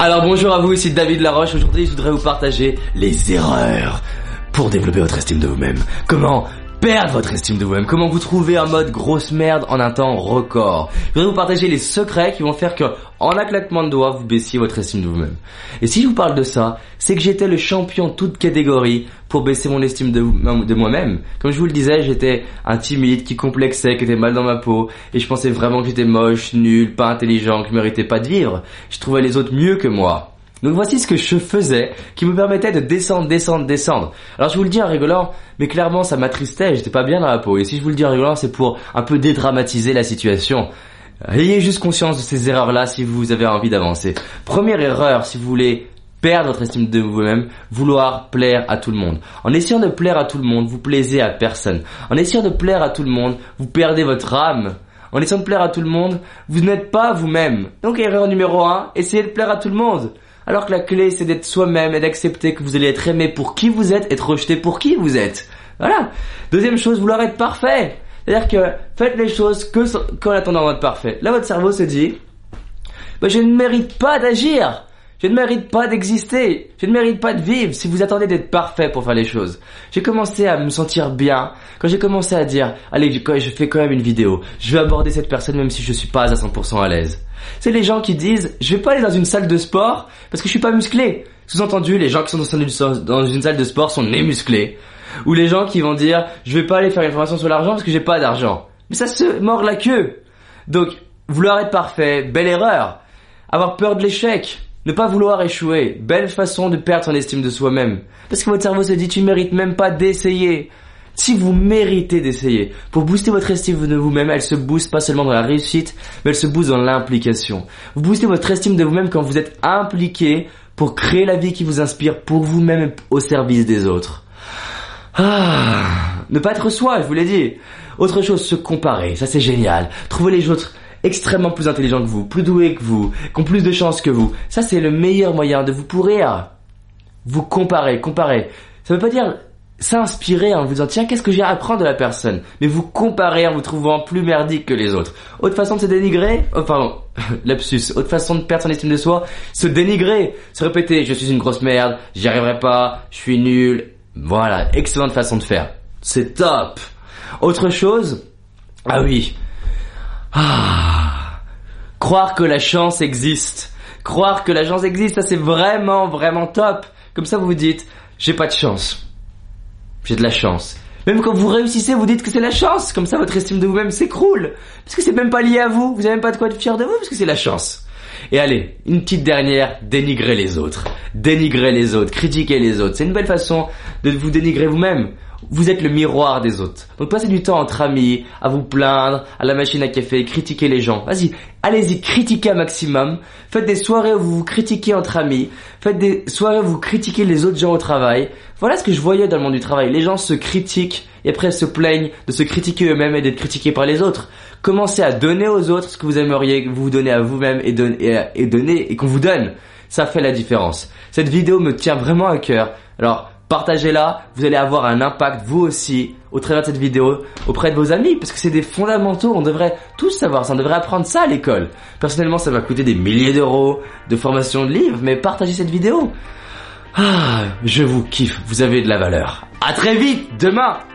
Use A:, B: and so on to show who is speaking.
A: Alors bonjour à vous, ici David Laroche. Aujourd'hui, je voudrais vous partager les erreurs pour développer votre estime de vous-même. Comment perdre votre estime de vous-même, comment vous trouver en mode grosse merde en un temps record. Je voudrais vous partager les secrets qui vont faire que, en un claquement de doigts, vous baissiez votre estime de vous-même. Et si je vous parle de ça, c'est que j'étais le champion toute catégorie pour baisser mon estime de moi-même. Comme je vous le disais, j'étais un timide qui complexait, qui était mal dans ma peau, et je pensais vraiment que j'étais moche, nul, pas intelligent, que je méritais pas de vivre. Je trouvais les autres mieux que moi. Donc voici ce que je faisais qui me permettait de descendre. Alors je vous le dis en rigolant, mais clairement ça m'attristait, j'étais pas bien dans la peau. Et si je vous le dis en rigolant, c'est pour un peu dédramatiser la situation. Ayez juste conscience de ces erreurs-là si vous avez envie d'avancer. Première erreur, si vous voulez perdre votre estime de vous-même, vouloir plaire à tout le monde. En essayant de plaire à tout le monde, vous plaisez à personne. En essayant de plaire à tout le monde, vous perdez votre âme. En essayant de plaire à tout le monde, vous n'êtes pas vous-même. Donc erreur numéro 1, essayez de plaire à tout le monde. Alors que la clé, c'est d'être soi-même et d'accepter que vous allez être aimé pour qui vous êtes et être rejeté pour qui vous êtes. Voilà. Deuxième chose, vouloir être parfait. C'est-à-dire que faites les choses qu'en attendant d'être parfait. Là, votre cerveau se dit, je ne mérite pas d'agir. Je ne mérite pas d'exister. Je ne mérite pas de vivre si vous attendez d'être parfait pour faire les choses. J'ai commencé à me sentir bien quand j'ai commencé à dire, allez, je fais quand même une vidéo. Je vais aborder cette personne même si je suis pas à 100% à l'aise. C'est les gens qui disent, je vais pas aller dans une salle de sport parce que je suis pas musclé. Sous-entendu, les gens qui sont dans une salle de sport sont nés musclés. Ou les gens qui vont dire, je vais pas aller faire une formation sur l'argent parce que j'ai pas d'argent. Mais ça se mord la queue. Donc, vouloir être parfait, belle erreur. Avoir peur de l'échec. Ne pas vouloir échouer, belle façon de perdre son estime de soi-même. Parce que votre cerveau se dit, tu mérites même pas d'essayer. Si vous méritez d'essayer, pour booster votre estime de vous-même, elle se booste pas seulement dans la réussite, mais elle se booste dans l'implication. Vous boostez votre estime de vous-même quand vous êtes impliqué pour créer la vie qui vous inspire pour vous-même et au service des autres. Ne pas être soi, je vous l'ai dit. Autre chose, se comparer, ça c'est génial. Trouver les autres extrêmement plus intelligents que vous, plus doués que vous, qui ont plus de chance que vous. Ça, c'est le meilleur moyen de vous pourrir. Vous comparer. Ça veut pas dire s'inspirer en vous disant, tiens, qu'est-ce que j'ai à apprendre de la personne? Mais vous comparer en vous trouvant plus merdique que les autres. Autre façon de se dénigrer, lapsus. Autre façon de perdre son estime de soi, se dénigrer. Se répéter, je suis une grosse merde, j'y arriverai pas, je suis nul. Voilà, excellente façon de faire. C'est top. Autre chose, croire que la chance existe. Croire que la chance existe, ça c'est vraiment, vraiment top. Comme ça vous vous dites, j'ai pas de chance. J'ai de la chance. Même quand vous réussissez, vous dites que c'est la chance. Comme ça votre estime de vous-même s'écroule. Parce que c'est même pas lié à vous. Vous avez même pas de quoi être fier de vous parce que c'est la chance. Et allez, une petite dernière, dénigrer les autres. Dénigrer les autres, critiquer les autres. C'est une belle façon de vous dénigrer vous-même. Vous êtes le miroir des autres. Donc passez du temps entre amis, à vous plaindre, à la machine à café, critiquer les gens. Vas-y, allez-y, critiquez un maximum. Faites des soirées où vous vous critiquez entre amis. Faites des soirées où vous critiquez les autres gens au travail. Voilà ce que je voyais dans le monde du travail. Les gens se critiquent et après se plaignent de se critiquer eux-mêmes et d'être critiqués par les autres. Commencez à donner aux autres ce que vous aimeriez vous donner à vous-même et donner et qu'on vous donne. Ça fait la différence. Cette vidéo me tient vraiment à cœur. Alors, partagez-la, vous allez avoir un impact vous aussi au travers de cette vidéo auprès de vos amis parce que c'est des fondamentaux, on devrait tous savoir ça, on devrait apprendre ça à l'école. Personnellement, ça m'a coûté des milliers d'euros de formation de livres, mais partagez cette vidéo. Je vous kiffe, vous avez de la valeur. À très vite, demain.